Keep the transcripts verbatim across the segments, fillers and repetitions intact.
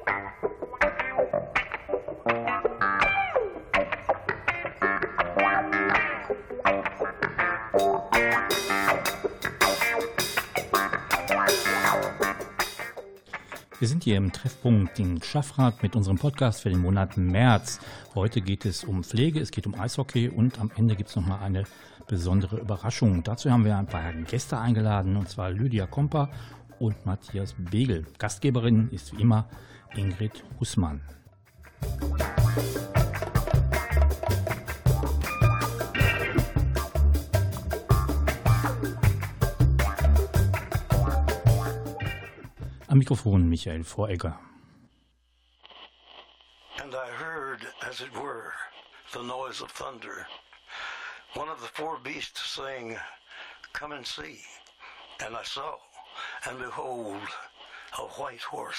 Wir sind hier im Treffpunkt in Schaffrath mit unserem Podcast für den Monat März. Heute geht es um Pflege, es geht um Eishockey und am Ende gibt es nochmal eine besondere Überraschung. Dazu haben wir ein paar Gäste eingeladen, und zwar Lydia Komper und Matthias Begel. Gastgeberin ist wie immer Ingrid Hussmann. Am Mikrofon Michael Voregger. And I heard, as it were, the noise of thunder. One of the four beasts saying, "Come and see." And I saw, and behold, a white horse.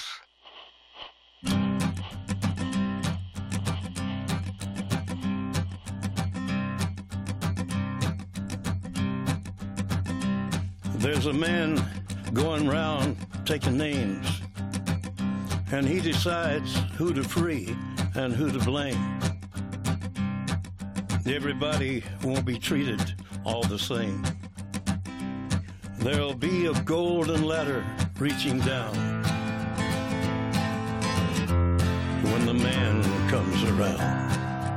There's a man going round taking names, and he decides who to free and who to blame. Everybody won't be treated all the same. There'll be a golden ladder reaching down when the man comes around.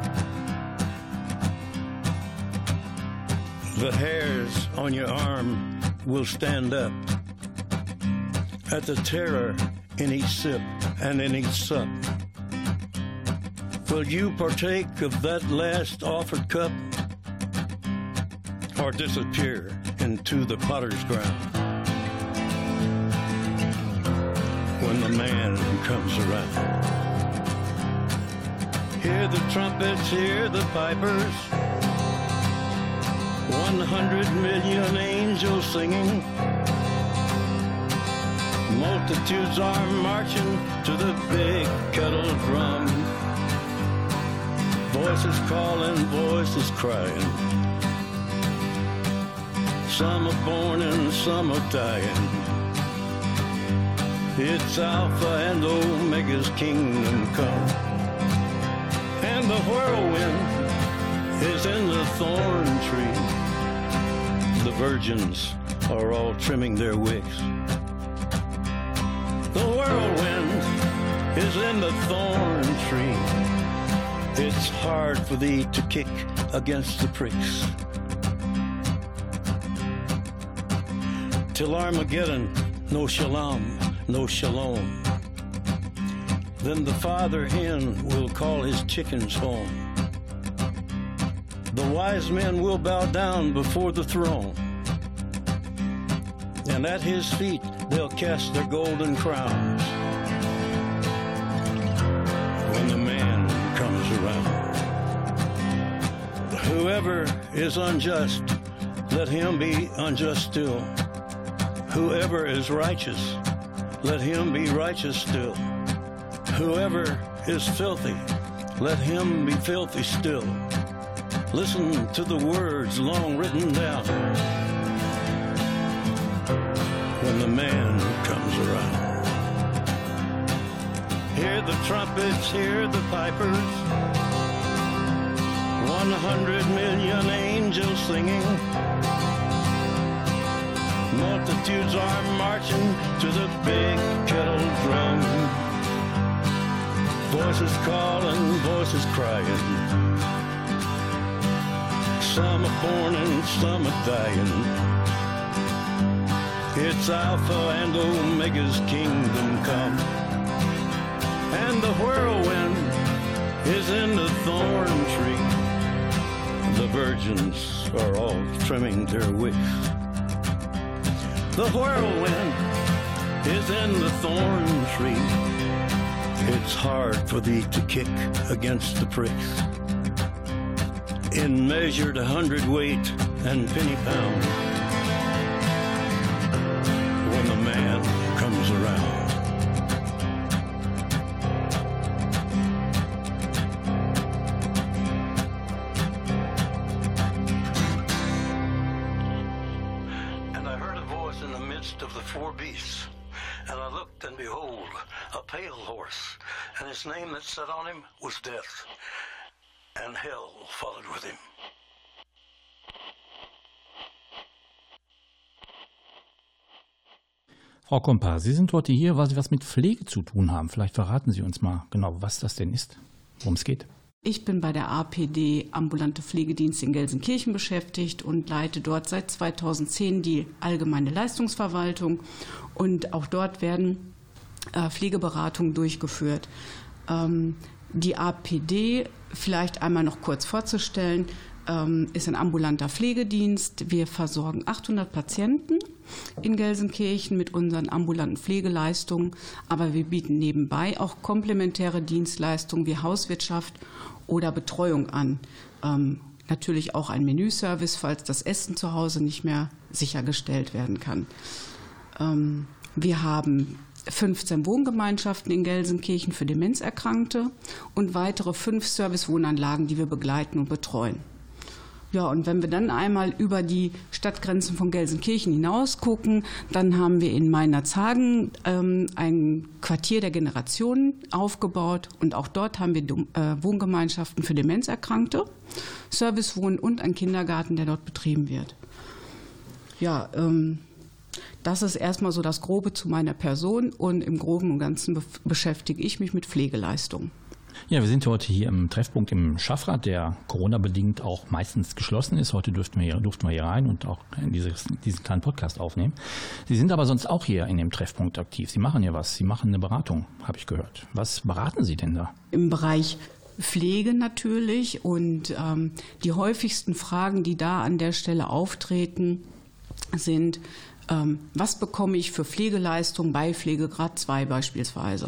The hairs on your arm will stand up at the terror in each sip and in each sup. Will you partake of that last offered cup, or disappear into the potter's ground when the man comes around? Hear the trumpets, hear the pipers, one hundred million angels singing. Multitudes are marching to the big kettle drum. Voices calling, voices crying. Some are born and some are dying. It's Alpha and Omega's kingdom come. And the whirlwind is in the thorn tree. The virgins are all trimming their wicks. The whirlwind is in the thorn tree. It's hard for thee to kick against the pricks. Till Armageddon, no shalom, no shalom. Then the father hen will call his chickens home. The wise men will bow down before the throne, and at his feet they'll cast their golden crowns when the man comes around. Whoever is unjust, let him be unjust still. Whoever is righteous, let him be righteous still. Whoever is filthy, let him be filthy still. Listen to the words long written down when the man comes around. Hear the trumpets, hear the pipers, one hundred million angels singing. Multitudes are marching to the big kettle drum. Voices calling, voices crying. Some are born and some are dying. It's Alpha and Omega's kingdom come. And the whirlwind is in the thorn tree. The virgins are all trimming their wicks. The whirlwind is in the thorn tree. It's hard for thee to kick against the pricks. In measured hundredweight and penny pound when the man comes around. And I heard a voice in the midst of the four beasts, and I looked, and behold, a pale horse, and his name that sat on him was Death, and hell followed with him. Frau Kompa, Sie sind heute hier, weil Sie was mit Pflege zu tun haben. Vielleicht verraten Sie uns mal genau, was das denn ist, worum es geht. Ich bin bei der A P D Ambulante Pflegedienst in Gelsenkirchen beschäftigt und leite dort seit zweitausendzehn die allgemeine Leistungsverwaltung. Und auch dort werden äh, Pflegeberatungen durchgeführt. Ähm, die A P D, vielleicht einmal noch kurz vorzustellen, ähm, ist ein ambulanter Pflegedienst. Wir versorgen achthundert Patienten in Gelsenkirchen mit unseren ambulanten Pflegeleistungen, aber wir bieten nebenbei auch komplementäre Dienstleistungen wie Hauswirtschaft oder Betreuung an. Ähm, natürlich auch ein Menüservice, falls das Essen zu Hause nicht mehr sichergestellt werden kann. Ähm, wir haben fünfzehn Wohngemeinschaften in Gelsenkirchen für Demenzerkrankte und weitere fünf Servicewohnanlagen, die wir begleiten und betreuen. Ja, und wenn wir dann einmal über die Stadtgrenzen von Gelsenkirchen hinaus gucken, dann haben wir in Meinerzhagen ähm, ein Quartier der Generationen aufgebaut und auch dort haben wir äh, Wohngemeinschaften für Demenzerkrankte, Servicewohnen und einen Kindergarten, der dort betrieben wird. Ja, ähm, das ist erstmal so das Grobe zu meiner Person und im Groben und Ganzen be- beschäftige ich mich mit Pflegeleistungen. Ja, wir sind heute hier im Treffpunkt im Schaffrath, der Corona-bedingt auch meistens geschlossen ist. Heute durften wir hier, durften wir hier rein und auch dieses, diesen kleinen Podcast aufnehmen. Sie sind aber sonst auch hier in dem Treffpunkt aktiv. Sie machen ja was. Sie machen eine Beratung, habe ich gehört. Was beraten Sie denn da? Im Bereich Pflege natürlich und ähm, die häufigsten Fragen, die da an der Stelle auftreten, sind, ähm, was bekomme ich für Pflegeleistung bei Pflegegrad zwei beispielsweise?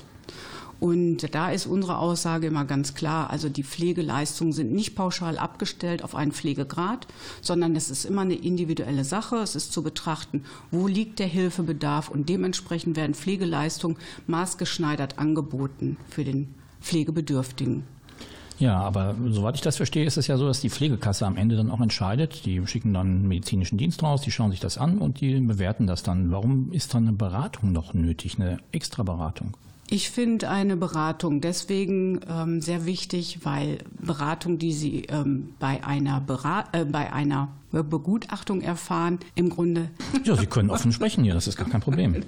Und da ist unsere Aussage immer ganz klar, also die Pflegeleistungen sind nicht pauschal abgestellt auf einen Pflegegrad, sondern es ist immer eine individuelle Sache. Es ist zu betrachten, wo liegt der Hilfebedarf und dementsprechend werden Pflegeleistungen maßgeschneidert angeboten für den Pflegebedürftigen. Ja, aber soweit ich das verstehe, ist es ja so, dass die Pflegekasse am Ende dann auch entscheidet. Die schicken dann einen medizinischen Dienst raus, die schauen sich das an und die bewerten das dann. Warum ist dann eine Beratung noch nötig, eine Extra-Beratung? Ich finde eine Beratung deswegen ähm, sehr wichtig, weil Beratung, die Sie ähm, bei einer Bera- äh, bei einer Begutachtung erfahren, im Grunde... Ja, Sie können offen sprechen hier, das ist gar kein Problem.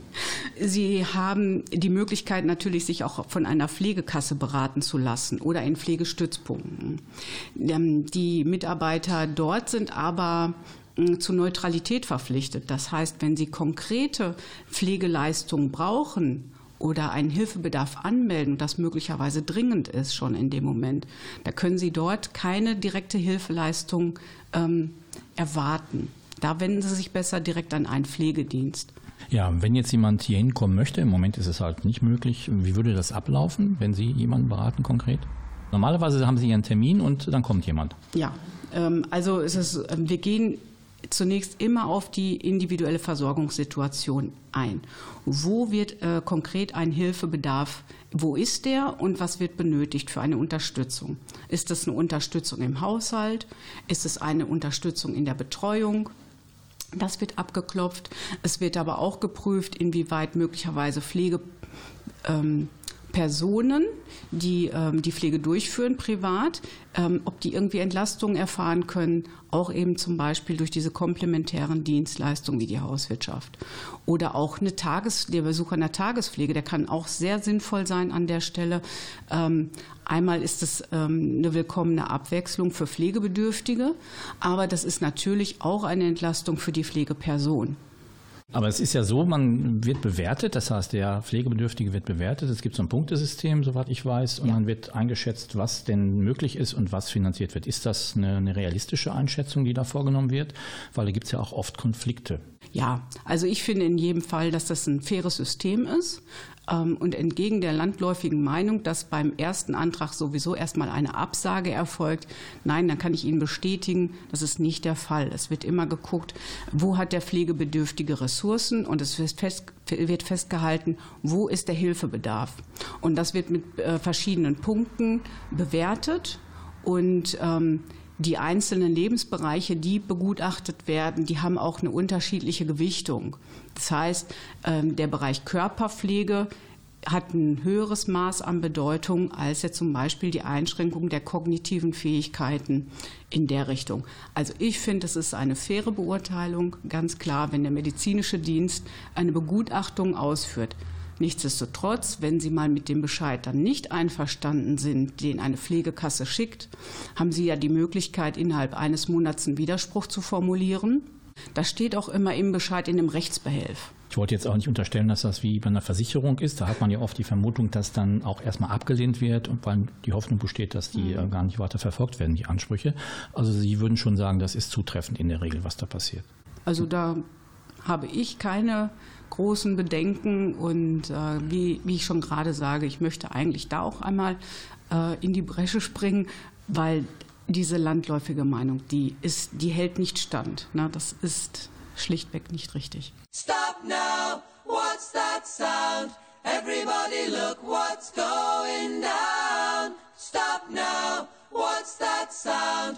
Sie haben die Möglichkeit natürlich, sich auch von einer Pflegekasse beraten zu lassen oder in Pflegestützpunkten. Ähm, die Mitarbeiter dort sind aber zur Neutralität verpflichtet. Das heißt, wenn Sie konkrete Pflegeleistungen brauchen oder einen Hilfebedarf anmelden, das möglicherweise dringend ist schon in dem Moment, da können Sie dort keine direkte Hilfeleistung ähm, erwarten. Da wenden Sie sich besser direkt an einen Pflegedienst. Ja, wenn jetzt jemand hier hinkommen möchte, im Moment ist es halt nicht möglich, wie würde das ablaufen, wenn Sie jemanden beraten konkret? Normalerweise haben Sie Ihren Termin und dann kommt jemand. Ja, ähm, also es ist, wir gehen zunächst immer auf die individuelle Versorgungssituation ein. Wo wird äh, konkret ein Hilfebedarf, wo ist der und was wird benötigt für eine Unterstützung? Ist es eine Unterstützung im Haushalt? Ist es eine Unterstützung in der Betreuung? Das wird abgeklopft. Es wird aber auch geprüft, inwieweit möglicherweise Pflege ähm, Personen, die ähm, die Pflege durchführen, privat, ähm, ob die irgendwie Entlastungen erfahren können, auch eben zum Beispiel durch diese komplementären Dienstleistungen wie die Hauswirtschaft. Oder auch eine Tages-, der Besuch einer Tagespflege, der kann auch sehr sinnvoll sein an der Stelle. Ähm, einmal ist es ähm, eine willkommene Abwechslung für Pflegebedürftige, aber das ist natürlich auch eine Entlastung für die Pflegeperson. Aber es ist ja so, man wird bewertet, das heißt, der Pflegebedürftige wird bewertet. Es gibt so ein Punktesystem, soweit ich weiß, und ja. Dann wird eingeschätzt, was denn möglich ist und was finanziert wird. Ist das eine, eine realistische Einschätzung, die da vorgenommen wird? Weil da gibt es ja auch oft Konflikte. Ja, also ich finde in jedem Fall, dass das ein faires System ist. Und entgegen der landläufigen Meinung, dass beim ersten Antrag sowieso erstmal eine Absage erfolgt, nein, dann kann ich Ihnen bestätigen, das ist nicht der Fall. Es wird immer geguckt, wo hat der Pflegebedürftige Ressourcen und es wird, fest, wird festgehalten, wo ist der Hilfebedarf. Und das wird mit äh, verschiedenen Punkten bewertet und ähm, die einzelnen Lebensbereiche, die begutachtet werden, die haben auch eine unterschiedliche Gewichtung. Das heißt, der Bereich Körperpflege hat ein höheres Maß an Bedeutung als jetzt zum Beispiel die Einschränkung der kognitiven Fähigkeiten in der Richtung. Also ich finde, es ist eine faire Beurteilung, ganz klar, wenn der medizinische Dienst eine Begutachtung ausführt. Nichtsdestotrotz, wenn Sie mal mit dem Bescheid dann nicht einverstanden sind, den eine Pflegekasse schickt, haben Sie ja die Möglichkeit, innerhalb eines Monats einen Widerspruch zu formulieren. Das steht auch immer im Bescheid in dem Rechtsbehelf. Ich wollte jetzt auch nicht unterstellen, dass das wie bei einer Versicherung ist. Da hat man ja oft die Vermutung, dass dann auch erstmal abgelehnt wird und weil die Hoffnung besteht, dass die mhm. gar nicht weiter verfolgt werden, die Ansprüche. Also Sie würden schon sagen, das ist zutreffend in der Regel, was da passiert. Also da habe ich keine großen Bedenken und äh, wie, wie ich schon gerade sage, ich möchte eigentlich da auch einmal äh, in die Bresche springen, weil diese landläufige Meinung, die ist, die hält nicht stand. Ne? Das ist schlichtweg nicht richtig. Stop now, what's that sound? Everybody look what's going down. Stop now, what's that sound?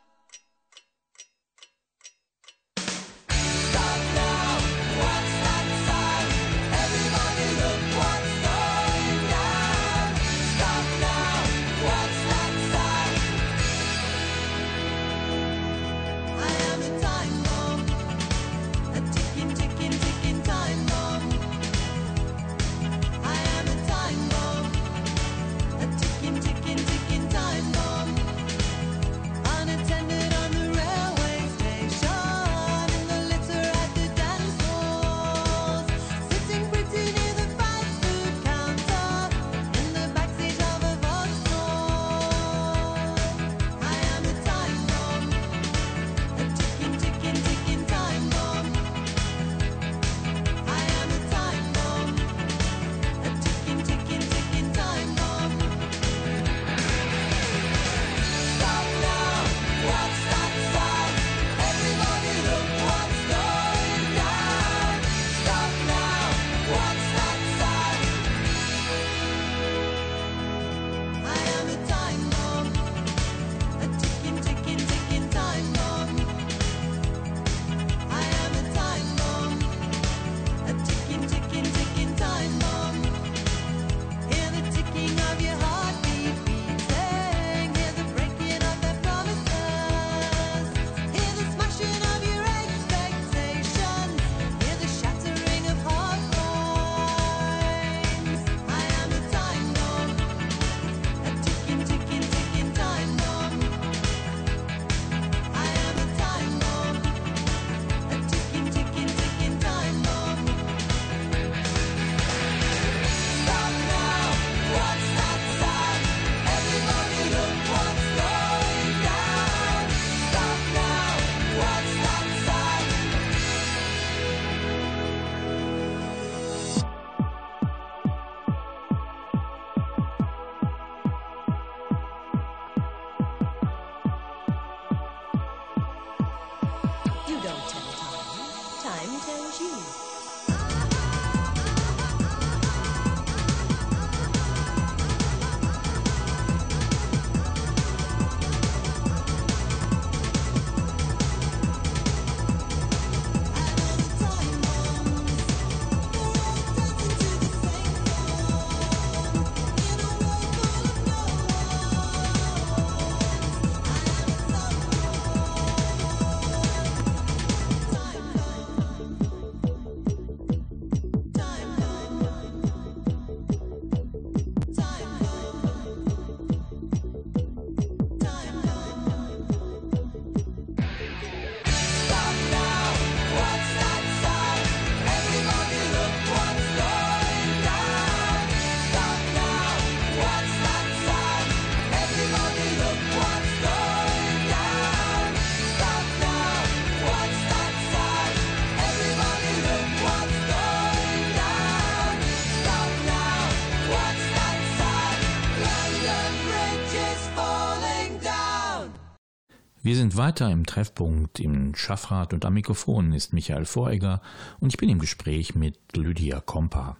Wir sind weiter im Treffpunkt im Schaffrath und am Mikrofon ist Michael Voregger und ich bin im Gespräch mit Lydia Kompa.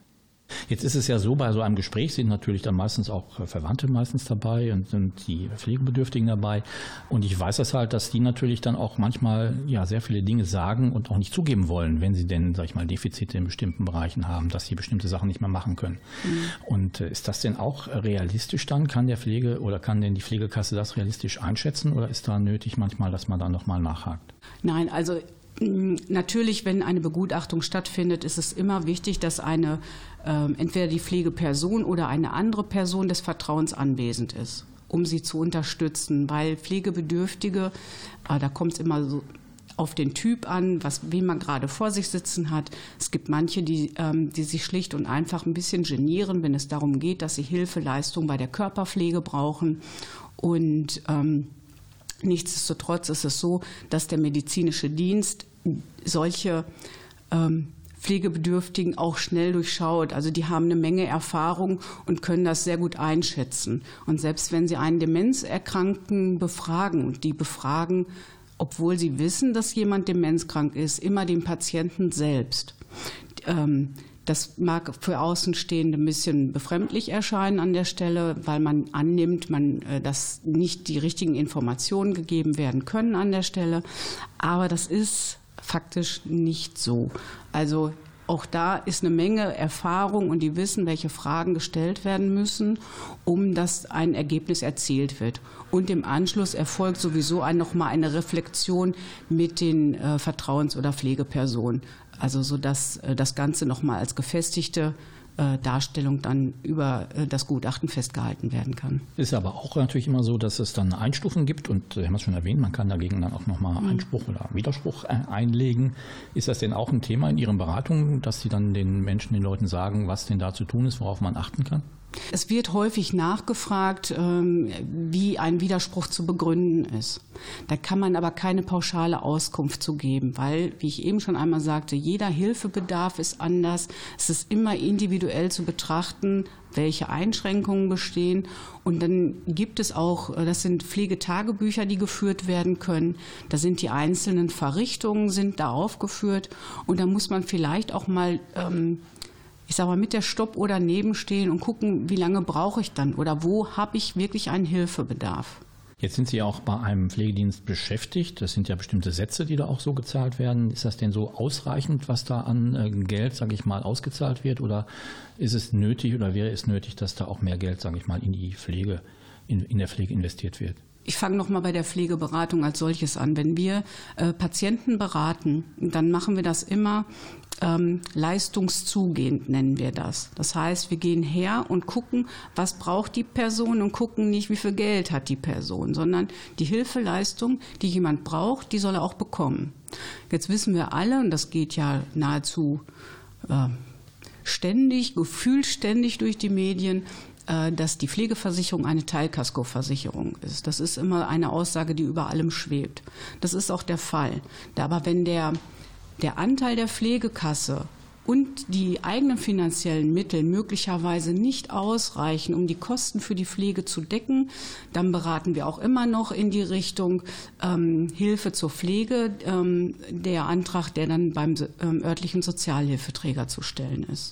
Jetzt ist es ja so, bei so einem Gespräch sind natürlich dann meistens auch Verwandte meistens dabei und sind die Pflegebedürftigen dabei. Und ich weiß das halt, dass die natürlich dann auch manchmal ja sehr viele Dinge sagen und auch nicht zugeben wollen, wenn sie denn, sag ich mal, Defizite in bestimmten Bereichen haben, dass sie bestimmte Sachen nicht mehr machen können. Mhm. Und äh, ist das denn auch realistisch dann? Kann der Pflege oder kann denn die Pflegekasse das realistisch einschätzen oder ist da nötig manchmal, dass man da nochmal nachhakt? Nein, also natürlich, wenn eine Begutachtung stattfindet, ist es immer wichtig, dass eine äh, entweder die Pflegeperson oder eine andere Person des Vertrauens anwesend ist, um sie zu unterstützen, weil Pflegebedürftige, äh, da kommt es immer so auf den Typ an, was, wen man gerade vor sich sitzen hat. Es gibt manche, die, ähm, die sich schlicht und einfach ein bisschen genieren, wenn es darum geht, dass sie Hilfeleistung bei der Körperpflege brauchen. Und ähm, nichtsdestotrotz ist es so, dass der medizinische Dienst solche ähm, Pflegebedürftigen auch schnell durchschaut. Also die haben eine Menge Erfahrung und können das sehr gut einschätzen. Und selbst wenn sie einen Demenzerkrankten befragen, und die befragen, obwohl sie wissen, dass jemand demenzkrank ist, immer den Patienten selbst. Ähm, Das mag für Außenstehende ein bisschen befremdlich erscheinen an der Stelle, weil man annimmt, man, dass nicht die richtigen Informationen gegeben werden können an der Stelle. Aber das ist faktisch nicht so. Also auch da ist eine Menge Erfahrung und die wissen, welche Fragen gestellt werden müssen, um dass ein Ergebnis erzielt wird. Und im Anschluss erfolgt sowieso ein, noch mal eine Reflexion mit den äh, Vertrauens- oder Pflegepersonen. Also so dass äh, das Ganze noch mal als gefestigte äh, Darstellung dann über äh, das Gutachten festgehalten werden kann. Ist aber auch natürlich immer so, dass es dann Einstufen gibt und äh, wir haben es schon erwähnt, man kann dagegen dann auch nochmal mhm. Einspruch oder Widerspruch äh, einlegen. Ist das denn auch ein Thema in Ihren Beratungen, dass Sie dann den Menschen, den Leuten sagen, was denn da zu tun ist, worauf man achten kann? Es wird häufig nachgefragt, wie ein Widerspruch zu begründen ist. Da kann man aber keine pauschale Auskunft zu geben, weil, wie ich eben schon einmal sagte, jeder Hilfebedarf ist anders. Es ist immer individuell zu betrachten, welche Einschränkungen bestehen. Und dann gibt es auch, das sind Pflegetagebücher, die geführt werden können. Da sind die einzelnen Verrichtungen sind da aufgeführt. Und da muss man vielleicht auch mal ähm, ich sage mal, mit der Stopp- oder nebenstehen und gucken, wie lange brauche ich dann oder wo habe ich wirklich einen Hilfebedarf. Jetzt sind Sie ja auch bei einem Pflegedienst beschäftigt. Das sind ja bestimmte Sätze, die da auch so gezahlt werden. Ist das denn so ausreichend, was da an Geld, sage ich mal, ausgezahlt wird? Oder ist es nötig oder wäre es nötig, dass da auch mehr Geld, sage ich mal, in die Pflege, in, in der Pflege investiert wird? Ich fange noch mal bei der Pflegeberatung als solches an. Wenn wir äh, Patienten beraten, dann machen wir das immer ähm, leistungszugehend, nennen wir das. Das heißt, wir gehen her und gucken, was braucht die Person und gucken nicht, wie viel Geld hat die Person, sondern die Hilfeleistung, die jemand braucht, die soll er auch bekommen. Jetzt wissen wir alle, und das geht ja nahezu äh, ständig, gefühlt ständig durch die Medien, dass die Pflegeversicherung eine Teilkaskoversicherung ist. Das ist immer eine Aussage, die über allem schwebt. Das ist auch der Fall. Aber wenn der, der Anteil der Pflegekasse und die eigenen finanziellen Mittel möglicherweise nicht ausreichen, um die Kosten für die Pflege zu decken, dann beraten wir auch immer noch in die Richtung ähm, Hilfe zur Pflege, ähm, der Antrag, der dann beim ähm, örtlichen Sozialhilfeträger zu stellen ist.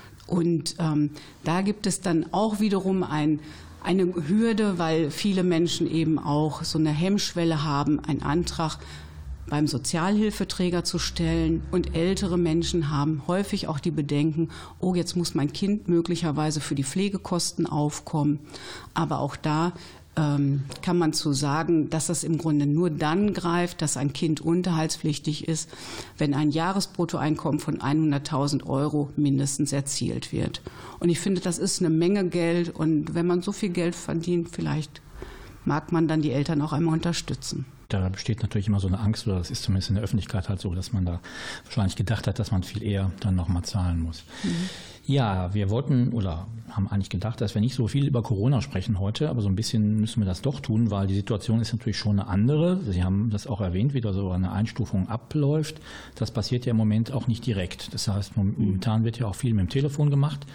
Und ähm, da gibt es dann auch wiederum ein, eine Hürde, weil viele Menschen eben auch so eine Hemmschwelle haben, einen Antrag beim Sozialhilfeträger zu stellen. Und ältere Menschen haben häufig auch die Bedenken, oh, jetzt muss mein Kind möglicherweise für die Pflegekosten aufkommen. Aber auch da ähm, kann man zu sagen, dass das im Grunde nur dann greift, dass ein Kind unterhaltspflichtig ist, wenn ein Jahresbruttoeinkommen von hunderttausend Euro mindestens erzielt wird. Und ich finde, das ist eine Menge Geld. Und wenn man so viel Geld verdient, vielleicht mag man dann die Eltern auch einmal unterstützen. Da besteht natürlich immer so eine Angst, oder das ist zumindest in der Öffentlichkeit halt so, dass man da wahrscheinlich gedacht hat, dass man viel eher dann nochmal zahlen muss. Mhm. Ja, wir wollten oder haben eigentlich gedacht, dass wir nicht so viel über Corona sprechen heute, aber so ein bisschen müssen wir das doch tun, weil die Situation ist natürlich schon eine andere. Sie haben das auch erwähnt, wie da so eine Einstufung abläuft. Das passiert ja im Moment auch nicht direkt. Das heißt, momentan wird ja auch viel mit dem Telefon gemacht.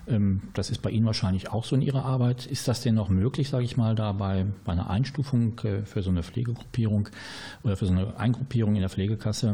Das ist bei Ihnen wahrscheinlich auch so in Ihrer Arbeit. Ist das denn noch möglich, sage ich mal, da bei, bei einer Einstufung für so eine Pflegegruppierung oder für so eine Eingruppierung in der Pflegekasse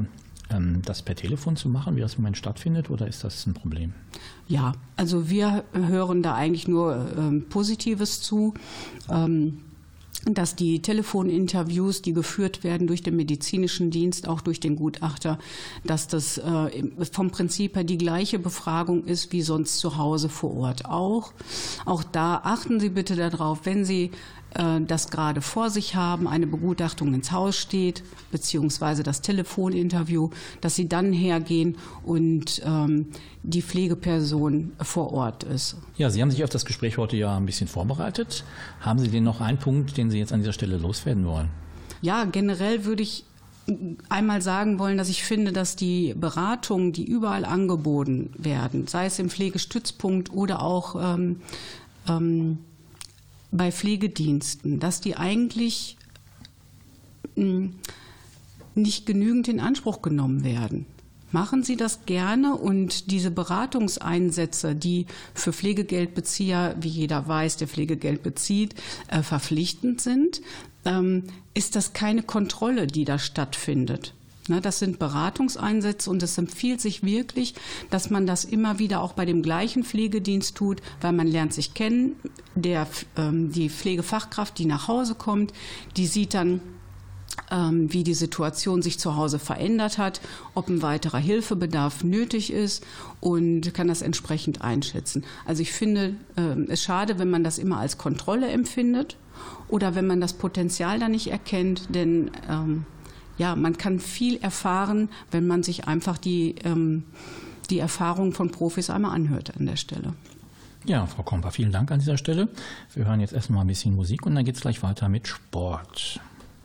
ähm, das per Telefon zu machen, wie das im Moment stattfindet, oder ist das ein Problem? Ja, also wir hören da eigentlich nur ähm, Positives zu. Ähm, dass die Telefoninterviews, die geführt werden durch den medizinischen Dienst, auch durch den Gutachter, dass das äh, vom Prinzip her die gleiche Befragung ist wie sonst zu Hause vor Ort auch. Auch da achten Sie bitte darauf, wenn Sie äh, das gerade vor sich haben, eine Begutachtung ins Haus steht, beziehungsweise das Telefoninterview, dass Sie dann hergehen und ähm, die Pflegeperson vor Ort ist. Ja, Sie haben sich auf das Gespräch heute ja ein bisschen vorbereitet. Haben Sie denn noch einen Punkt, den Sie jetzt an dieser Stelle loswerden wollen? Ja, generell würde ich einmal sagen wollen, dass ich finde, dass die Beratungen, die überall angeboten werden, sei es im Pflegestützpunkt oder auch ähm, ähm, bei Pflegediensten, dass die eigentlich mh, nicht genügend in Anspruch genommen werden. Machen Sie das gerne, und diese Beratungseinsätze, die für Pflegegeldbezieher, wie jeder weiß, der Pflegegeld bezieht, äh, verpflichtend sind, ähm, ist das keine Kontrolle, die da stattfindet. Ne, das sind Beratungseinsätze, und es empfiehlt sich wirklich, dass man das immer wieder auch bei dem gleichen Pflegedienst tut, weil man lernt sich kennen. Der, ähm, die Pflegefachkraft, die nach Hause kommt, die sieht dann, wie die Situation sich zu Hause verändert hat, ob ein weiterer Hilfebedarf nötig ist, und kann das entsprechend einschätzen. Also ich finde es schade, wenn man das immer als Kontrolle empfindet oder wenn man das Potenzial da nicht erkennt, denn ähm, ja, man kann viel erfahren, wenn man sich einfach die, ähm, die Erfahrungen von Profis einmal anhört an der Stelle. Ja, Frau Komper, vielen Dank an dieser Stelle. Wir hören jetzt erstmal ein bisschen Musik und dann geht es gleich weiter mit Sport.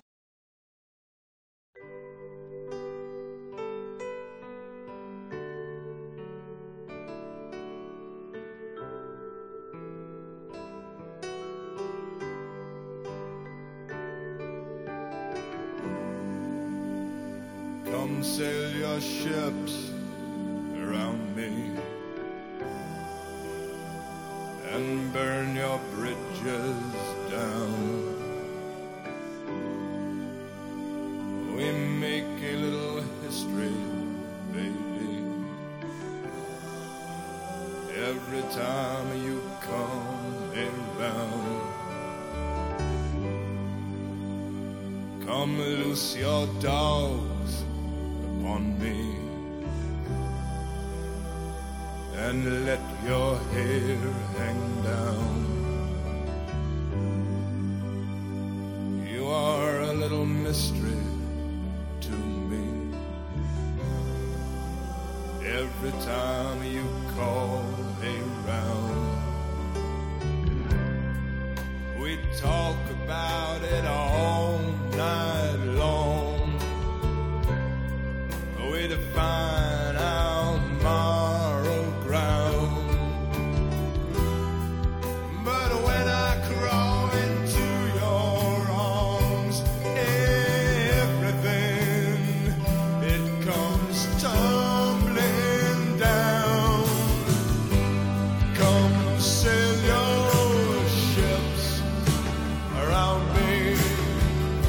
Come sail your ships around me and burn your bridges down. We make a little history, baby, every time you come around. Come loose your dogs on me and let your hair hang down. You are a little mystery to me every time you call around. We talk about it all night long. We define our moral ground. But when I crawl into your arms, everything, it comes tumbling down. Come sail your ships around me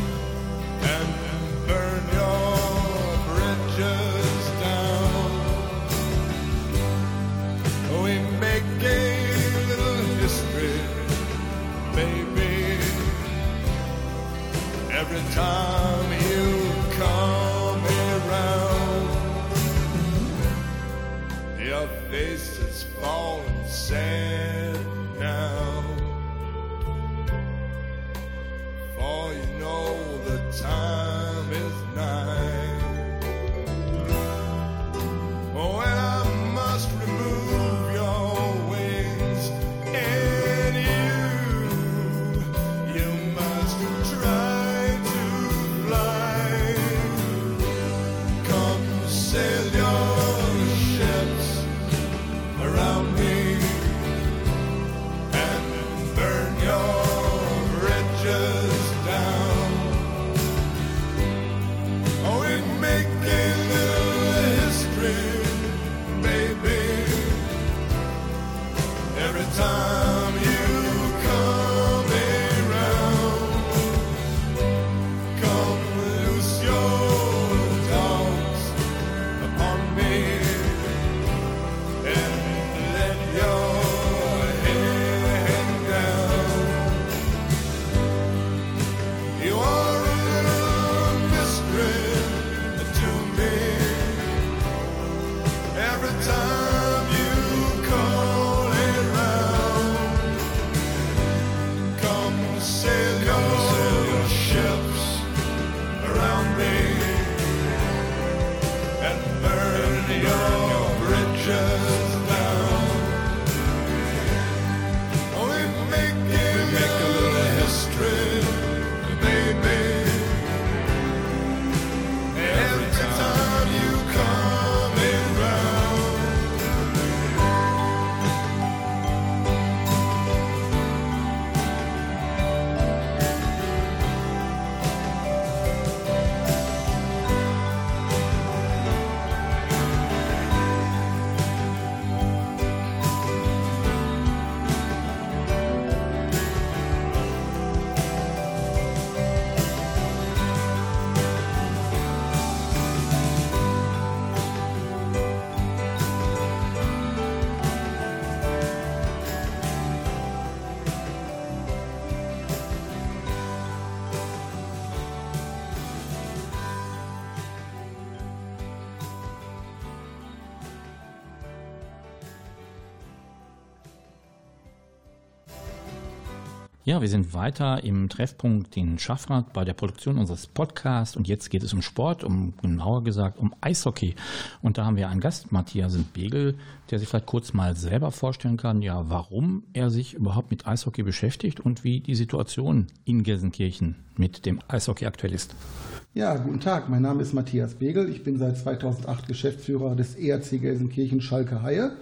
Ja, wir sind weiter im Treffpunkt in Schaffrath bei der Produktion unseres Podcasts und jetzt geht es um Sport, um genauer gesagt um Eishockey. Und da haben wir einen Gast, Matthias Begel, der sich vielleicht kurz mal selber vorstellen kann, ja, warum er sich überhaupt mit Eishockey beschäftigt und wie die Situation in Gelsenkirchen mit dem Eishockey aktuell ist. Ja, guten Tag, mein Name ist Matthias Begel, ich bin seit zweitausendacht Geschäftsführer des E R C Gelsenkirchen Schalke Haie.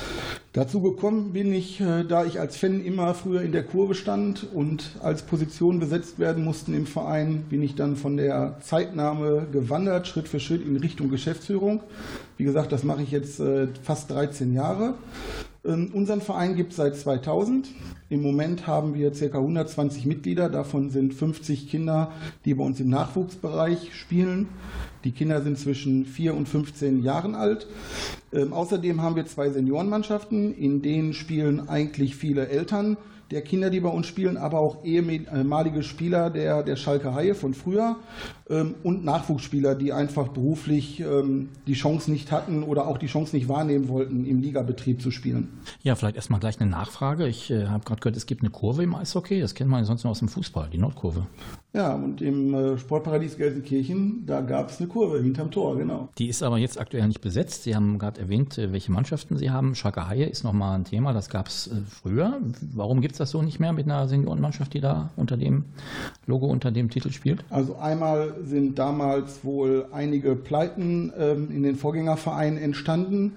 Dazu gekommen bin ich, da ich als Fan immer früher in der Kurve stand und als Position besetzt werden mussten im Verein, bin ich dann von der Zeitnahme gewandert, Schritt für Schritt in Richtung Geschäftsführung. Wie gesagt, das mache ich jetzt fast dreizehn Jahre. Unseren Verein gibt es seit zweitausend. Im Moment haben wir ca. hundertzwanzig Mitglieder, davon sind fünfzig Kinder, die bei uns im Nachwuchsbereich spielen. Die Kinder sind zwischen vier und fünfzehn Jahren alt. Ähm, außerdem haben wir zwei Seniorenmannschaften, in denen spielen eigentlich viele Eltern der Kinder, die bei uns spielen, aber auch ehemalige Spieler der, der Schalke Haie von früher ähm, und Nachwuchsspieler, die einfach beruflich ähm, die Chance nicht hatten oder auch die Chance nicht wahrnehmen wollten, im Ligabetrieb zu spielen. Ja, vielleicht erstmal gleich eine Nachfrage. Ich äh, habe gerade gehört, es gibt eine Kurve im Eishockey, das kennt man sonst nur aus dem Fußball, die Nordkurve. Ja, und im äh, Sportparadies Gelsenkirchen, da gab es eine Kurve hinterm Tor, genau. Die ist aber jetzt aktuell nicht besetzt. Sie haben gerade erwähnt, welche Mannschaften Sie haben. Schalke Haie ist nochmal ein Thema, das gab es äh, früher. Warum gibt es das so nicht mehr mit einer Seniorenmannschaft, die da unter dem Logo, unter dem Titel spielt? Also einmal sind damals wohl einige Pleiten ähm, in den Vorgängervereinen entstanden.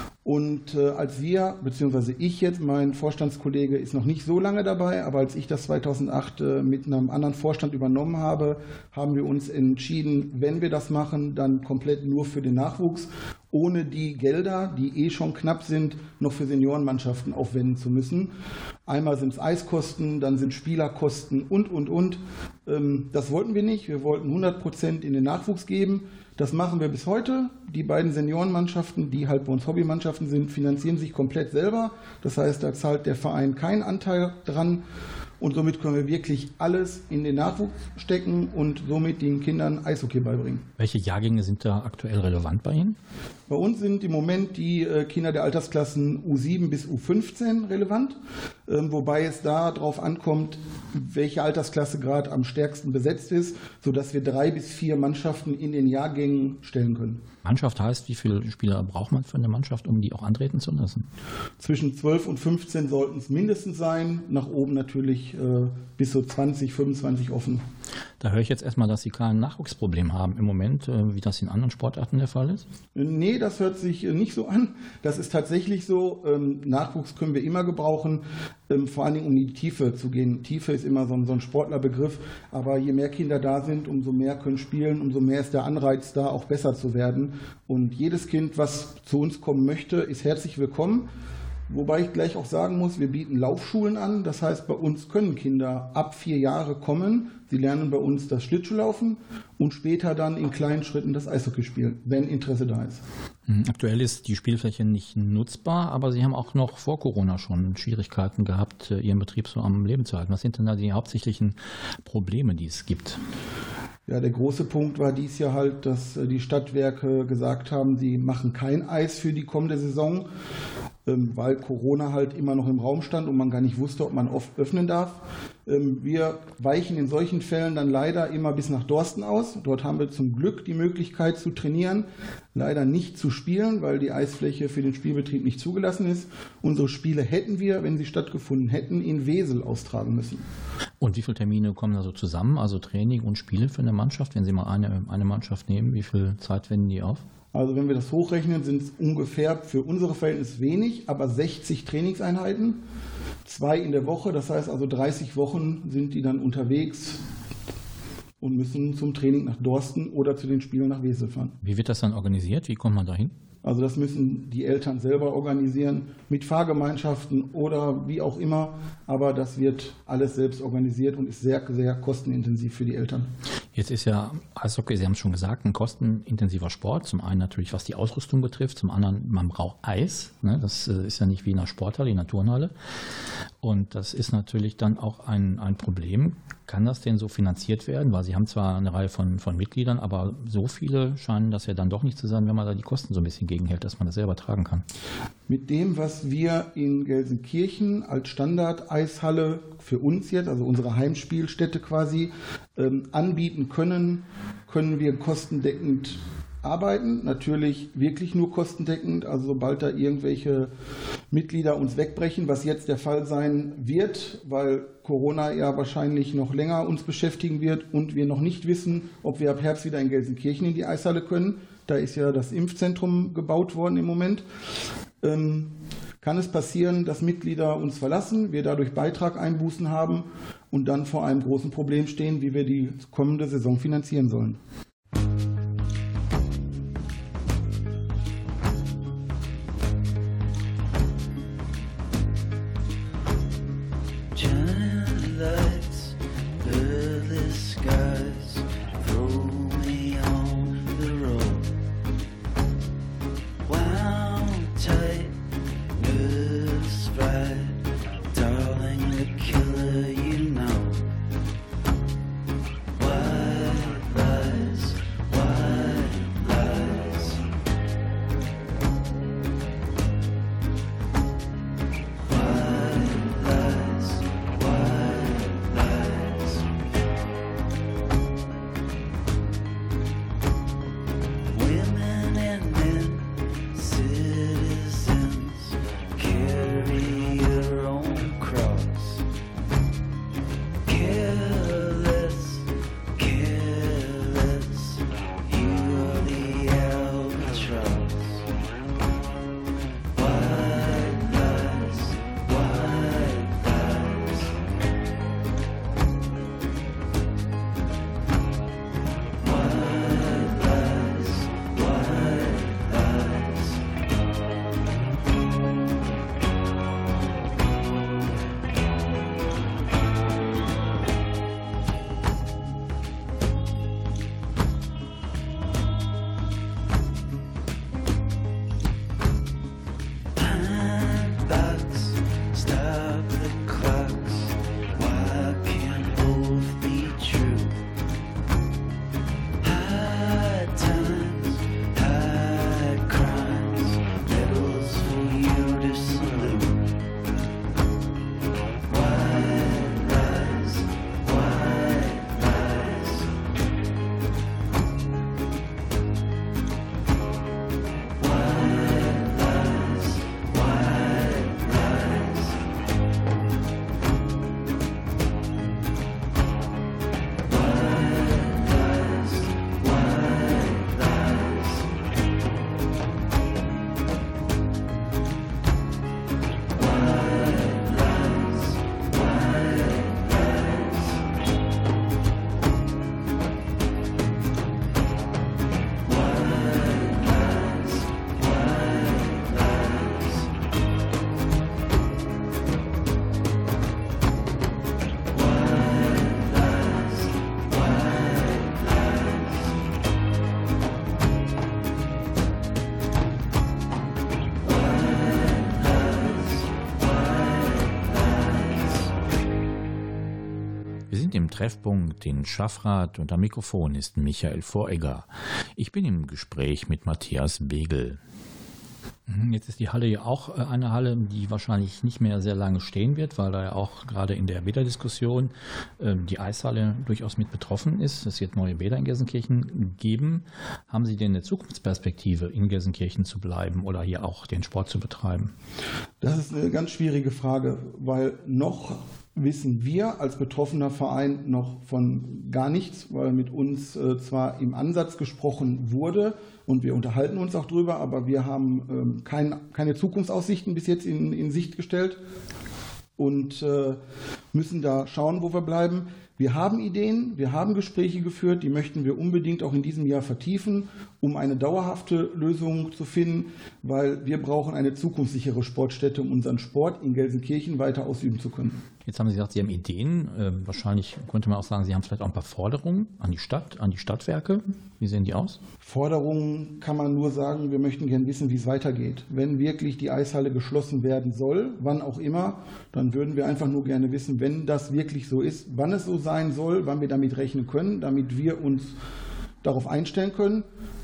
Und äh, als wir, beziehungsweise ich jetzt, mein Vorstandskollege ist noch nicht so lange dabei, aber als ich das zweitausendacht äh, mit einem anderen Vorstand übernommen habe, haben wir uns entschieden, wenn wir das machen, dann komplett nur für den Nachwuchs, ohne die Gelder, die eh schon knapp sind, noch für Seniorenmannschaften aufwenden zu müssen. Einmal sind es Eiskosten, dann sind Spielerkosten und, und, und. Ähm, das wollten wir nicht. Wir wollten hundert Prozent in den Nachwuchs geben. Das machen wir bis heute. Die beiden Seniorenmannschaften, die halt bei uns Hobbymannschaften sind, finanzieren sich komplett selber. Das heißt, da zahlt der Verein keinen Anteil dran. Und somit können wir wirklich alles in den Nachwuchs stecken und somit den Kindern Eishockey beibringen. Welche Jahrgänge sind da aktuell relevant bei Ihnen? Bei uns sind im Moment die Kinder der Altersklassen U sieben bis U fünfzehn relevant, wobei es da darauf ankommt, welche Altersklasse gerade am stärksten besetzt ist, sodass wir drei bis vier Mannschaften in den Jahrgängen stellen können. Mannschaft heißt, wie viele Spieler braucht man für eine Mannschaft, um die auch antreten zu lassen? Zwischen zwölf und fünfzehn sollten es mindestens sein, nach oben natürlich äh, bis so zwanzig, fünfundzwanzig offen. Da höre ich jetzt erstmal, dass Sie kein Nachwuchsproblem haben im Moment, äh, wie das in anderen Sportarten der Fall ist? Nee, das hört sich äh, nicht so an. Das ist tatsächlich so. Ähm, Nachwuchs können wir immer gebrauchen, ähm, vor allen Dingen um in die Tiefe zu gehen. Tiefe ist immer so ein, so ein Sportlerbegriff, aber je mehr Kinder da sind, umso mehr können spielen, umso mehr ist der Anreiz da, auch besser zu werden. Und jedes Kind, was zu uns kommen möchte, ist herzlich willkommen. Wobei ich gleich auch sagen muss, wir bieten Laufschulen an. Das heißt, bei uns können Kinder ab vier Jahre kommen. Sie lernen bei uns das Schlittschuhlaufen und später dann in kleinen Schritten das Eishockey spielen, wenn Interesse da ist. Aktuell ist die Spielfläche nicht nutzbar, aber Sie haben auch noch vor Corona schon Schwierigkeiten gehabt, Ihren Betrieb so am Leben zu halten. Was sind denn da die hauptsächlichen Probleme, die es gibt? Ja, der große Punkt war dies Jahr halt, dass die Stadtwerke gesagt haben, sie machen kein Eis für die kommende Saison, weil Corona halt immer noch im Raum stand und man gar nicht wusste, ob man oft öffnen darf. Wir weichen in solchen Fällen dann leider immer bis nach Dorsten aus. Dort haben wir zum Glück die Möglichkeit zu trainieren, leider nicht zu spielen, weil die Eisfläche für den Spielbetrieb nicht zugelassen ist. Unsere Spiele hätten wir, wenn sie stattgefunden hätten, in Wesel austragen müssen. Und wie viele Termine kommen da so zusammen, also Training und Spiele für eine Mannschaft? Wenn Sie mal eine, eine Mannschaft nehmen, wie viel Zeit wenden die auf? Also wenn wir das hochrechnen, sind es ungefähr für unsere Verhältnisse wenig, aber sechzig Trainingseinheiten, zwei in der Woche, das heißt also dreißig Wochen sind die dann unterwegs und müssen zum Training nach Dorsten oder zu den Spielen nach Wesel fahren. Wie wird das dann organisiert? Wie kommt man da hin? Also das müssen die Eltern selber organisieren, mit Fahrgemeinschaften oder wie auch immer. Aber das wird alles selbst organisiert und ist sehr, sehr kostenintensiv für die Eltern. Jetzt ist ja Eishockey, Sie haben es schon gesagt, ein kostenintensiver Sport. Zum einen natürlich, was die Ausrüstung betrifft. Zum anderen, man braucht Eis. Ne? Das ist ja nicht wie in einer Sporthalle, in einer Turnhalle. Und das ist natürlich dann auch ein, ein Problem. Kann das denn so finanziert werden? Weil Sie haben zwar eine Reihe von, von Mitgliedern, aber so viele scheinen das ja dann doch nicht zu sein, wenn man da die Kosten so ein bisschen gegenhält, dass man das selber tragen kann. Mit dem, was wir in Gelsenkirchen als Standard-Eishalle für uns jetzt, also unsere Heimspielstätte quasi, ähm, anbieten können, können wir kostendeckend arbeiten, natürlich wirklich nur kostendeckend, also sobald da irgendwelche Mitglieder uns wegbrechen, was jetzt der Fall sein wird, weil Corona ja wahrscheinlich noch länger uns beschäftigen wird und wir noch nicht wissen, ob wir ab Herbst wieder in Gelsenkirchen in die Eishalle können. Da ist ja das Impfzentrum gebaut worden im Moment. Ähm, kann es passieren, dass Mitglieder uns verlassen, wir dadurch Beitrageinbußen haben und dann vor einem großen Problem stehen, wie wir die kommende Saison finanzieren sollen. Treffpunkt in Schaffrath und am Mikrofon ist Michael Voregger. Ich bin im Gespräch mit Matthias Begel. Jetzt ist die Halle ja auch eine Halle, die wahrscheinlich nicht mehr sehr lange stehen wird, weil da ja auch gerade in der Bäderdiskussion die Eishalle durchaus mit betroffen ist. Es wird neue Bäder in Gelsenkirchen geben. Haben Sie denn eine Zukunftsperspektive, in Gelsenkirchen zu bleiben oder hier auch den Sport zu betreiben? Das ist eine ganz schwierige Frage, weil noch wissen wir als betroffener Verein noch von gar nichts, weil mit uns äh, zwar im Ansatz gesprochen wurde und wir unterhalten uns auch drüber, aber wir haben ähm, kein, keine Zukunftsaussichten bis jetzt in, in Sicht gestellt und äh, müssen da schauen, wo wir bleiben. Wir haben Ideen, wir haben Gespräche geführt, die möchten wir unbedingt auch in diesem Jahr vertiefen, um eine dauerhafte Lösung zu finden, weil wir brauchen eine zukunftssichere Sportstätte, um unseren Sport in Gelsenkirchen weiter ausüben zu können. Jetzt haben Sie gesagt, Sie haben Ideen. Äh, wahrscheinlich könnte man auch sagen, Sie haben vielleicht auch ein paar Forderungen an die Stadt, an die Stadtwerke. Wie sehen die aus? Forderungen kann man nur sagen, wir möchten gerne wissen, wie es weitergeht. Wenn wirklich die Eishalle geschlossen werden soll, wann auch immer, dann würden wir einfach nur gerne wissen, wenn das wirklich so ist, wann es so sein soll, wann wir damit rechnen können, damit wir uns darauf einstellen können.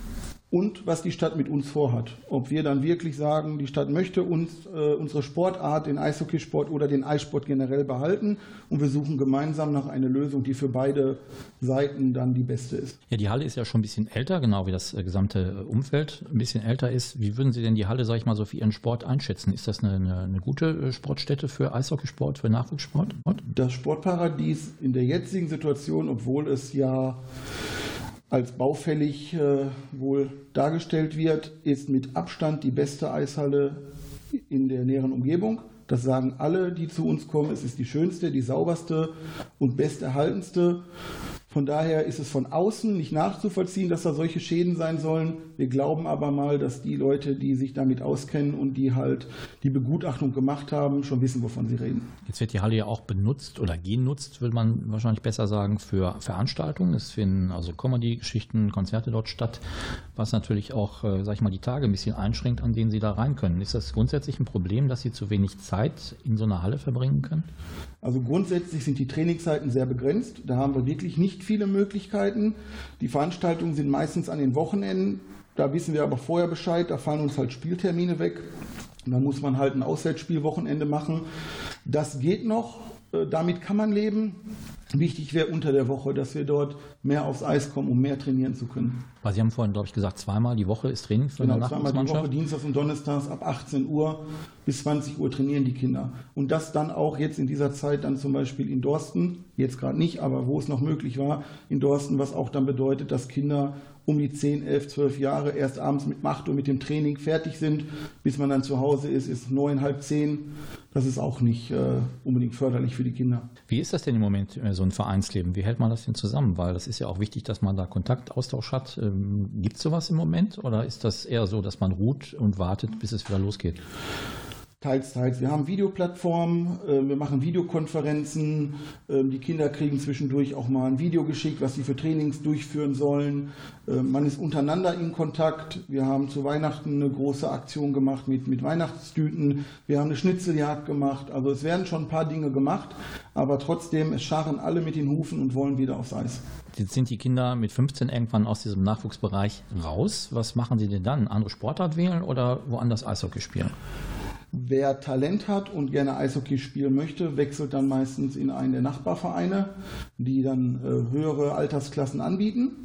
Und was die Stadt mit uns vorhat. Ob wir dann wirklich sagen, die Stadt möchte uns äh, unsere Sportart, den Eishockeysport oder den Eissport generell behalten und wir suchen gemeinsam nach einer Lösung, die für beide Seiten dann die beste ist. Ja, die Halle ist ja schon ein bisschen älter, genau wie das äh, gesamte Umfeld ein bisschen älter ist. Wie würden Sie denn die Halle, sag ich mal, so für Ihren Sport einschätzen? Ist das eine, eine, eine gute Sportstätte für Eishockeysport, für Nachwuchssport? Das Sportparadies in der jetzigen Situation, obwohl es ja als baufällig äh, wohl dargestellt wird, ist mit Abstand die beste Eishalle in der näheren Umgebung. Das sagen alle, die zu uns kommen. Es ist die schönste, die sauberste und besterhaltenste. Von daher ist es von außen nicht nachzuvollziehen, dass da solche Schäden sein sollen. Wir glauben aber mal, dass die Leute, die sich damit auskennen und die halt die Begutachtung gemacht haben, schon wissen, wovon sie reden. Jetzt wird die Halle ja auch benutzt oder genutzt, will man wahrscheinlich besser sagen, für Veranstaltungen. Es finden also Comedy-Geschichten, Konzerte dort statt, was natürlich auch, äh, sag ich mal, die Tage ein bisschen einschränkt, an denen Sie da rein können. Ist das grundsätzlich ein Problem, dass Sie zu wenig Zeit in so einer Halle verbringen können? Also grundsätzlich sind die Trainingszeiten sehr begrenzt. Da haben wir wirklich nicht viele Möglichkeiten. Die Veranstaltungen sind meistens an den Wochenenden. Da wissen wir aber vorher Bescheid. Da fallen uns halt Spieltermine weg. Und dann muss man halt ein Auswärtsspielwochenende machen. Das geht noch. Damit kann man leben. Wichtig wäre unter der Woche, dass wir dort mehr aufs Eis kommen, um mehr trainieren zu können. Weil Sie haben vorhin, glaube ich, gesagt, zweimal die Woche ist Training für genau, eine Nachwuchsmannschaft. Zweimal die Woche, Dienstags und Donnerstags ab achtzehn Uhr bis zwanzig Uhr trainieren die Kinder. Und das dann auch jetzt in dieser Zeit dann zum Beispiel in Dorsten, jetzt gerade nicht, aber wo es noch möglich war, in Dorsten, was auch dann bedeutet, dass Kinder um die zehn, elf, zwölf Jahre erst abends mit acht Uhr mit dem Training fertig sind, bis man dann zu Hause ist, ist neun, halb zehn. Das ist auch nicht äh, unbedingt förderlich für die Kinder. Wie ist das denn im Moment, so ein Vereinsleben? Wie hält man das denn zusammen? Weil das ist ja auch wichtig, dass man da Kontakt, Austausch hat. Ähm, gibt es sowas im Moment oder ist das eher so, dass man ruht und wartet, bis es wieder losgeht? Teils, teils. Wir haben Videoplattformen, äh, wir machen Videokonferenzen, äh, die Kinder kriegen zwischendurch auch mal ein Video geschickt, was sie für Trainings durchführen sollen. Äh, man ist untereinander in Kontakt. Wir haben zu Weihnachten eine große Aktion gemacht mit, mit Weihnachtstüten. Wir haben eine Schnitzeljagd gemacht. Also es werden schon ein paar Dinge gemacht, aber trotzdem, es scharren alle mit den Hufen und wollen wieder aufs Eis. Jetzt sind die Kinder mit fünfzehn irgendwann aus diesem Nachwuchsbereich raus. Was machen sie denn dann? Andere Sportart wählen oder woanders Eishockey spielen? Wer Talent hat und gerne Eishockey spielen möchte, wechselt dann meistens in einen der Nachbarvereine, die dann äh, höhere Altersklassen anbieten.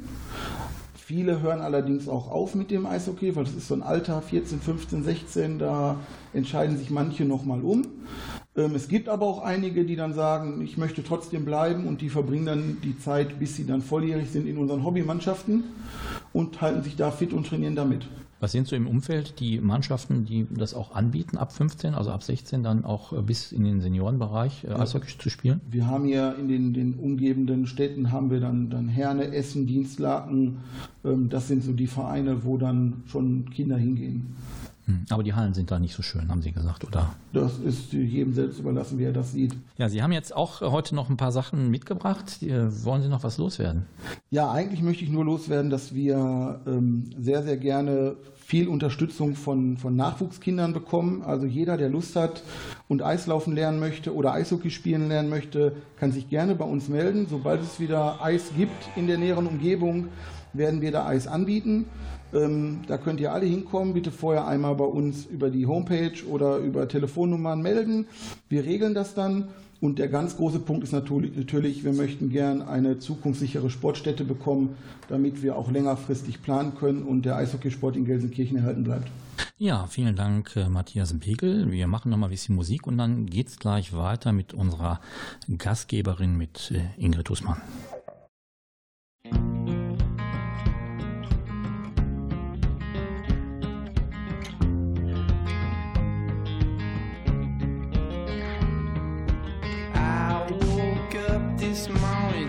Viele hören allerdings auch auf mit dem Eishockey, weil das ist so ein Alter, vierzehn, fünfzehn, sechzehn, da entscheiden sich manche nochmal um. Ähm, es gibt aber auch einige, die dann sagen, ich möchte trotzdem bleiben und die verbringen dann die Zeit, bis sie dann volljährig sind in unseren Hobbymannschaften und halten sich da fit und trainieren damit. Was sind so im Umfeld die Mannschaften, die das auch anbieten, ab fünfzehn, also ab sechzehn, dann auch bis in den Seniorenbereich äh, Eishockey zu spielen? Wir haben hier in den, den umgebenden Städten haben wir dann, dann Herne, Essen, Dienstlaken. Ähm, das sind so die Vereine, wo dann schon Kinder hingehen. Aber die Hallen sind da nicht so schön, haben Sie gesagt, oder? Das ist jedem selbst überlassen, wie er das sieht. Ja, Sie haben jetzt auch heute noch ein paar Sachen mitgebracht. Wollen Sie noch was loswerden? Ja, eigentlich möchte ich nur loswerden, dass wir ähm, sehr, sehr gerne viel Unterstützung von, von Nachwuchskindern bekommen. Also jeder, der Lust hat und Eislaufen lernen möchte oder Eishockey spielen lernen möchte, kann sich gerne bei uns melden. Sobald es wieder Eis gibt in der näheren Umgebung, werden wir da Eis anbieten. Ähm, da könnt ihr alle hinkommen. Bitte vorher einmal bei uns über die Homepage oder über Telefonnummern melden. Wir regeln das dann. Und der ganz große Punkt ist natürlich, wir möchten gern eine zukunftssichere Sportstätte bekommen, damit wir auch längerfristig planen können und der Eishockeysport in Gelsenkirchen erhalten bleibt. Ja, vielen Dank, Matthias Begel. Wir machen noch mal ein bisschen Musik und dann geht's gleich weiter mit unserer Gastgeberin, mit Ingrid Hussmann. This morning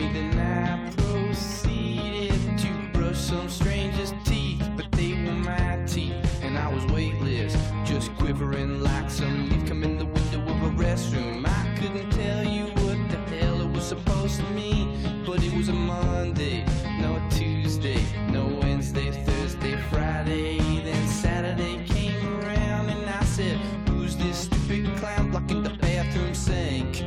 me, then I proceeded to brush some stranger's teeth, but they were my teeth, and I was weightless, just quivering like some leaf come in the window of a restroom. I couldn't tell you what the hell it was supposed to mean, but it was a Monday, no Tuesday, no Wednesday, Thursday, Friday, then Saturday came around, and I said, who's this stupid clown blocking the bathroom sink?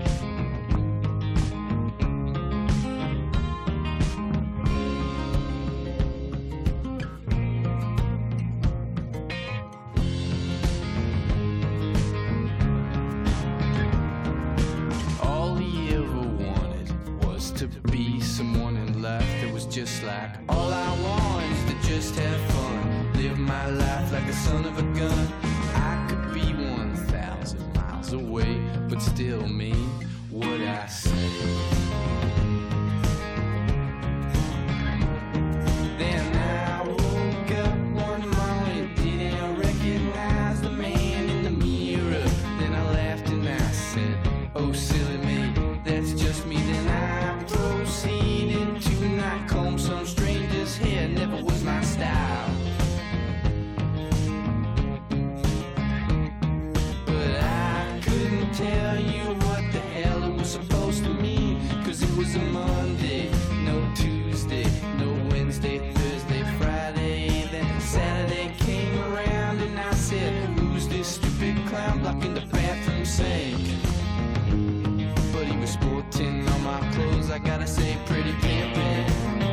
Just like all I want is to just have fun, live my life like a son of a gun. I could be one thousand miles away, but still mean what I say. Then I woke up one morning, didn't recognize the man in the mirror. Then I laughed and I said, oh silly me, that's just me. Then I proceeded to not comb some stranger's hair, never was my style. But I couldn't tell you what the hell it was supposed to mean, cause it was a Monday, no Tuesday, no Wednesday, Thursday, Friday, then Saturday came around, and I said, who's this stupid clown blocking the bathroom sink? But he was sporting all my clothes, I gotta say, pretty pimpin'.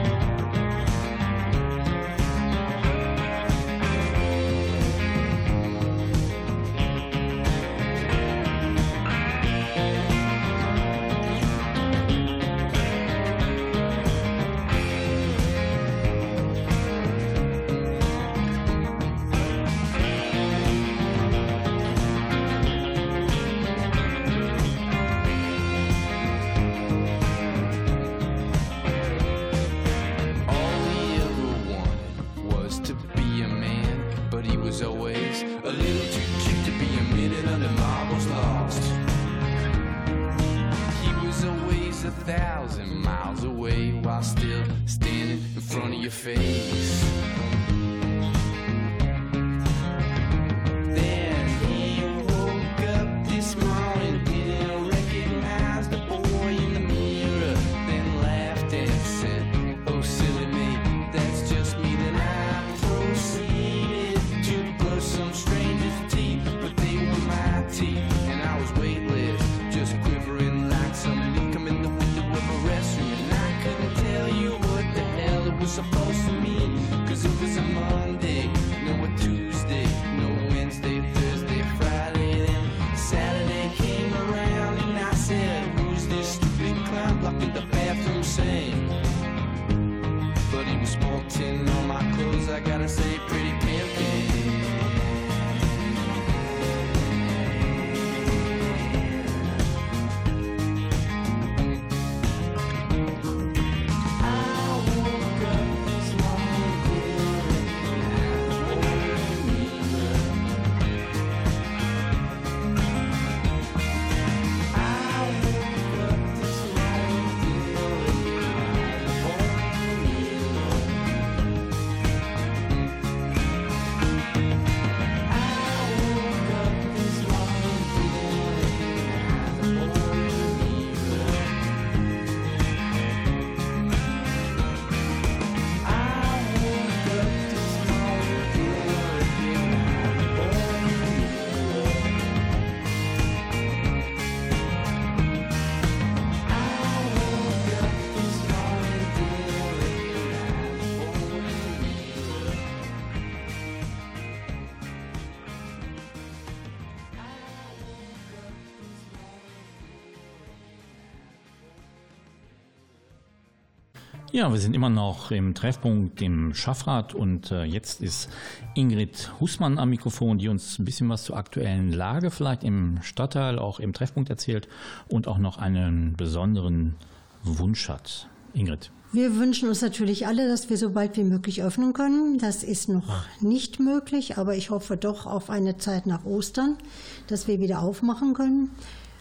Ja, wir sind immer noch im Treffpunkt im Schaffrath und äh, jetzt ist Ingrid Hußmann am Mikrofon, die uns ein bisschen was zur aktuellen Lage vielleicht im Stadtteil, auch im Treffpunkt erzählt und auch noch einen besonderen Wunsch hat. Ingrid. Wir wünschen uns natürlich alle, dass wir so bald wie möglich öffnen können. Das ist noch nicht möglich, aber ich hoffe doch auf eine Zeit nach Ostern, dass wir wieder aufmachen können.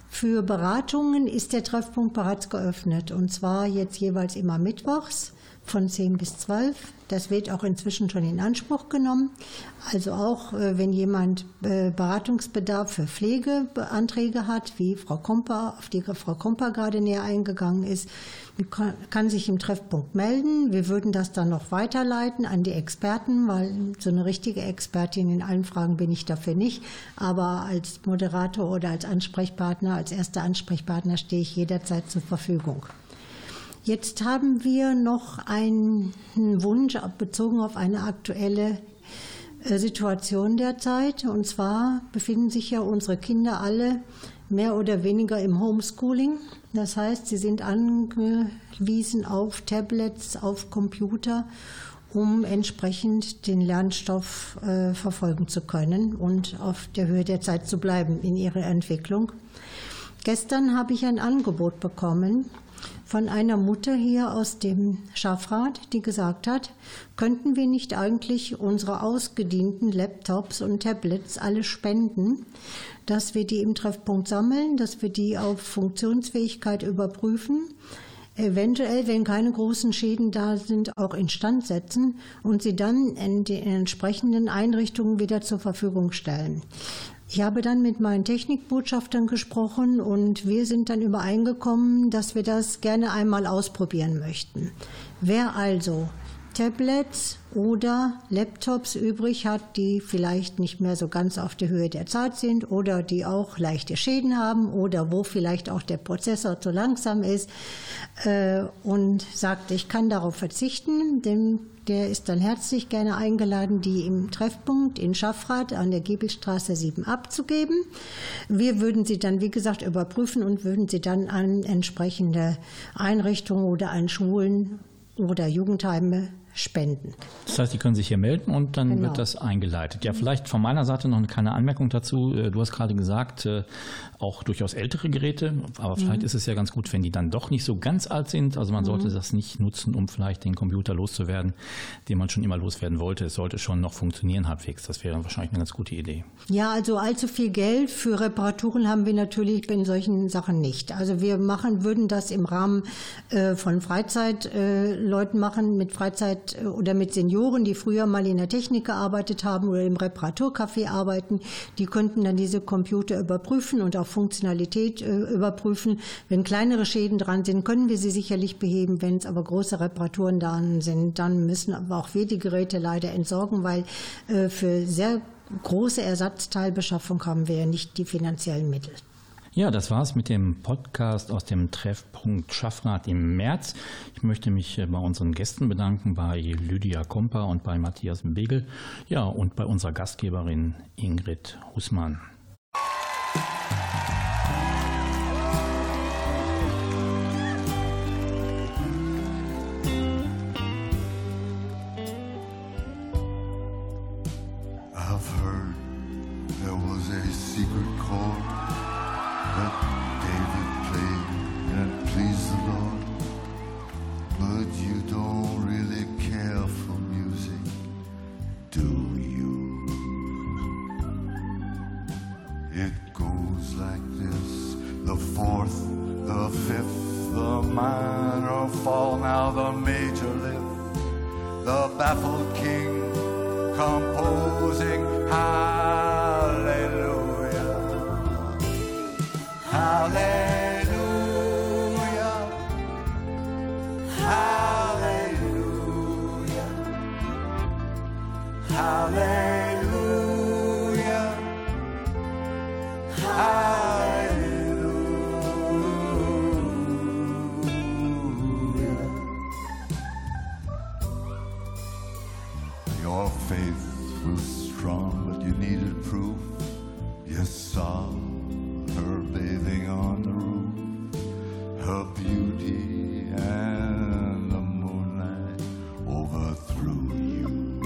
Für Beratungen ist der Treffpunkt bereits geöffnet und zwar jetzt jeweils immer mittwochs von zehn bis zwölf. Das wird auch inzwischen schon in Anspruch genommen. Also auch, wenn jemand Beratungsbedarf für Pflegeanträge hat, wie Frau Komper, auf die Frau Komper gerade näher eingegangen ist, kann sich im Treffpunkt melden. Wir würden das dann noch weiterleiten an die Experten, weil so eine richtige Expertin in allen Fragen bin ich dafür nicht. Aber als Moderator oder als Ansprechpartner, als erster Ansprechpartner stehe ich jederzeit zur Verfügung. Jetzt haben wir noch einen Wunsch bezogen auf eine aktuelle Situation derzeit. Und zwar befinden sich ja unsere Kinder alle mehr oder weniger im Homeschooling. Das heißt, sie sind angewiesen auf Tablets, auf Computer, um entsprechend den Lernstoff äh, verfolgen zu können und auf der Höhe der Zeit zu bleiben in ihrer Entwicklung. Gestern habe ich ein Angebot bekommen von einer Mutter hier aus dem Schaffrath, die gesagt hat, könnten wir nicht eigentlich unsere ausgedienten Laptops und Tablets alle spenden, dass wir die im Treffpunkt sammeln, dass wir die auf Funktionsfähigkeit überprüfen, eventuell, wenn keine großen Schäden da sind, auch instand setzen und sie dann in den entsprechenden Einrichtungen wieder zur Verfügung stellen. Ich habe dann mit meinen Technikbotschaftern gesprochen und wir sind dann übereingekommen, dass wir das gerne einmal ausprobieren möchten. Wer also Tablets oder Laptops übrig hat, die vielleicht nicht mehr so ganz auf der Höhe der Zeit sind oder die auch leichte Schäden haben oder wo vielleicht auch der Prozessor zu langsam ist äh, und sagt, ich kann darauf verzichten, denn der ist dann herzlich gerne eingeladen, die im Treffpunkt in Schaffrath an der Giebelstraße sieben abzugeben. Wir würden sie dann, wie gesagt, überprüfen und würden sie dann an entsprechende Einrichtungen oder an Schulen oder Jugendheime spenden. Das heißt, die können sich hier melden und dann Genau. wird das eingeleitet. Ja, vielleicht von meiner Seite noch eine kleine Anmerkung dazu. Du hast gerade gesagt, auch durchaus ältere Geräte, aber vielleicht mhm. ist es ja ganz gut, wenn die dann doch nicht so ganz alt sind. Also man mhm. sollte das nicht nutzen, um vielleicht den Computer loszuwerden, den man schon immer loswerden wollte. Es sollte schon noch funktionieren halbwegs. Das wäre wahrscheinlich eine ganz gute Idee. Ja, also allzu viel Geld für Reparaturen haben wir natürlich bei solchen Sachen nicht. Also wir machen, würden das im Rahmen äh, von Freizeitleuten äh, machen, mit Freizeit oder mit Senioren, die früher mal in der Technik gearbeitet haben oder im Reparaturcafé arbeiten, die könnten dann diese Computer überprüfen und auch Funktionalität äh, überprüfen. Wenn kleinere Schäden dran sind, können wir sie sicherlich beheben. Wenn es aber große Reparaturen dran sind, dann müssen aber auch wir die Geräte leider entsorgen, weil äh, für sehr große Ersatzteilbeschaffung haben wir ja nicht die finanziellen Mittel. Ja, das war's mit dem Podcast aus dem Treffpunkt Schaffrath im März. Ich möchte mich bei unseren Gästen bedanken, bei Lydia Komper und bei Matthias Begel, ja, und bei unserer Gastgeberin Ingrid Hußmann. I've heard there was a secret chord that David played and it pleased the Lord. But you don't really care for music, do you? It goes like this: the fourth, the fifth, the minor fall, now the major lift, the baffled king composing hallelujah. Hallelujah, hallelujah, hallelujah, hallelujah. Your faith was strong, but you needed proof. You saw her bathing on the roof, her beauty and the moonlight overthrew you.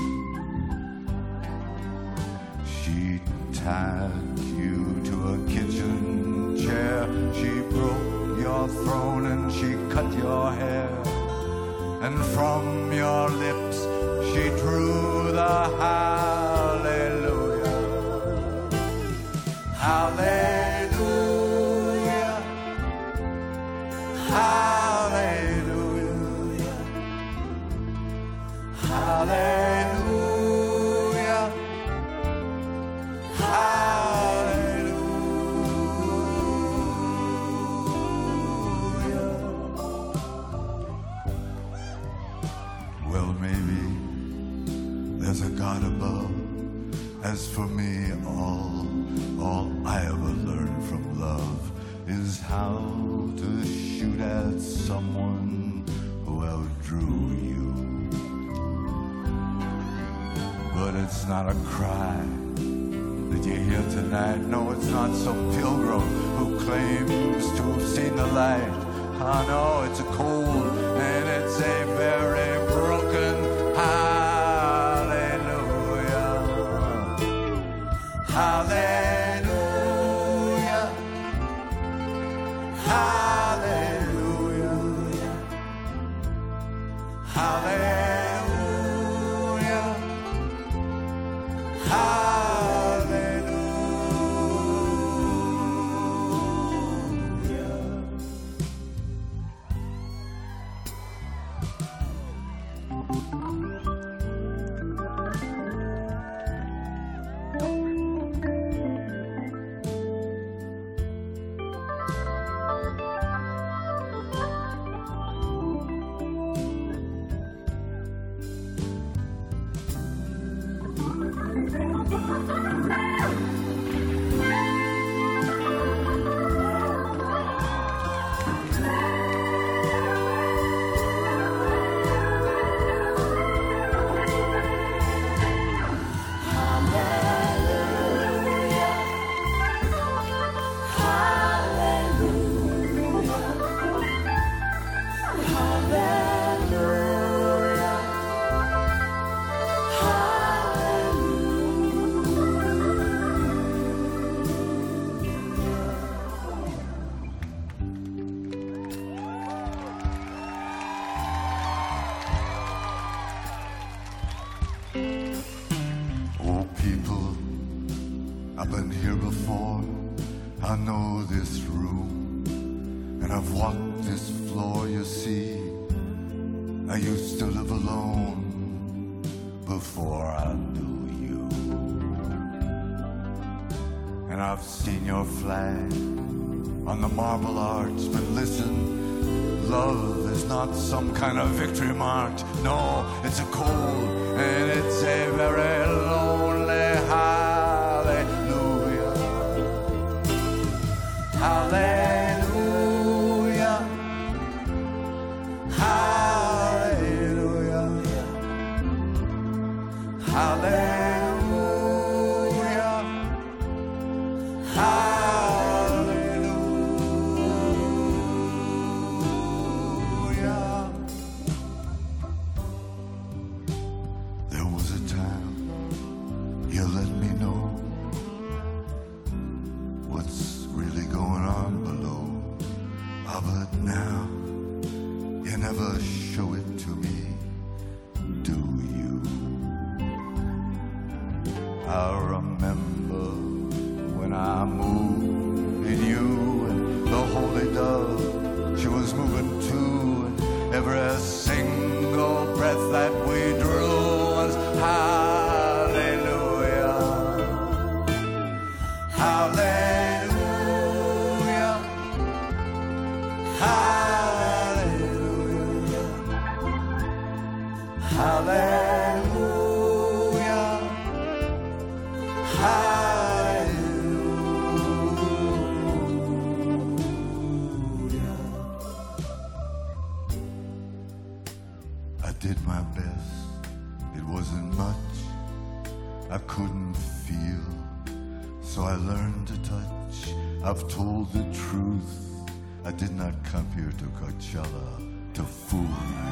She tied you to a kitchen chair, she broke your throne and she cut your hair, and from your lips she drew the hallelujah. Hallelujah, As for me, all, all I ever learned from love is how to shoot at someone who outdrew you. But it's not a cry that you hear tonight. No, it's not some pilgrim who claims to have seen the light. I know it's a cold and it's a very broken hallelujah. Hallelujah. Hallelujah. Hallelujah. I've been here before, I know this room, and I've walked this floor, you see. I used to live alone before I knew you. And I've seen your flag on the marble arch, but listen, love is not some kind of victory march. No, it's a cold and it's a very lonely hallelujah. Hallelujah. Hallelujah. Hallelujah. Hallelujah. There was a time you let me know what's really going on below. Ah, but now you never show it to me, do you? I remember when I moved in you, and the holy dove, she was moving too, and every single breath that we drew was hallelujah. Hallelujah. Hallelujah. Hallelujah. Hallelujah. I did my best. It wasn't much. I couldn't feel, so I learned to touch. I've told the truth. I did not come here to Coachella to fool you.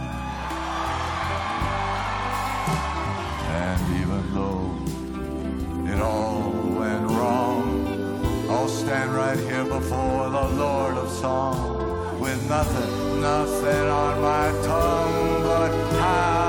And even though it all went wrong, I'll stand right here before the Lord of Song with nothing, nothing on my tongue but how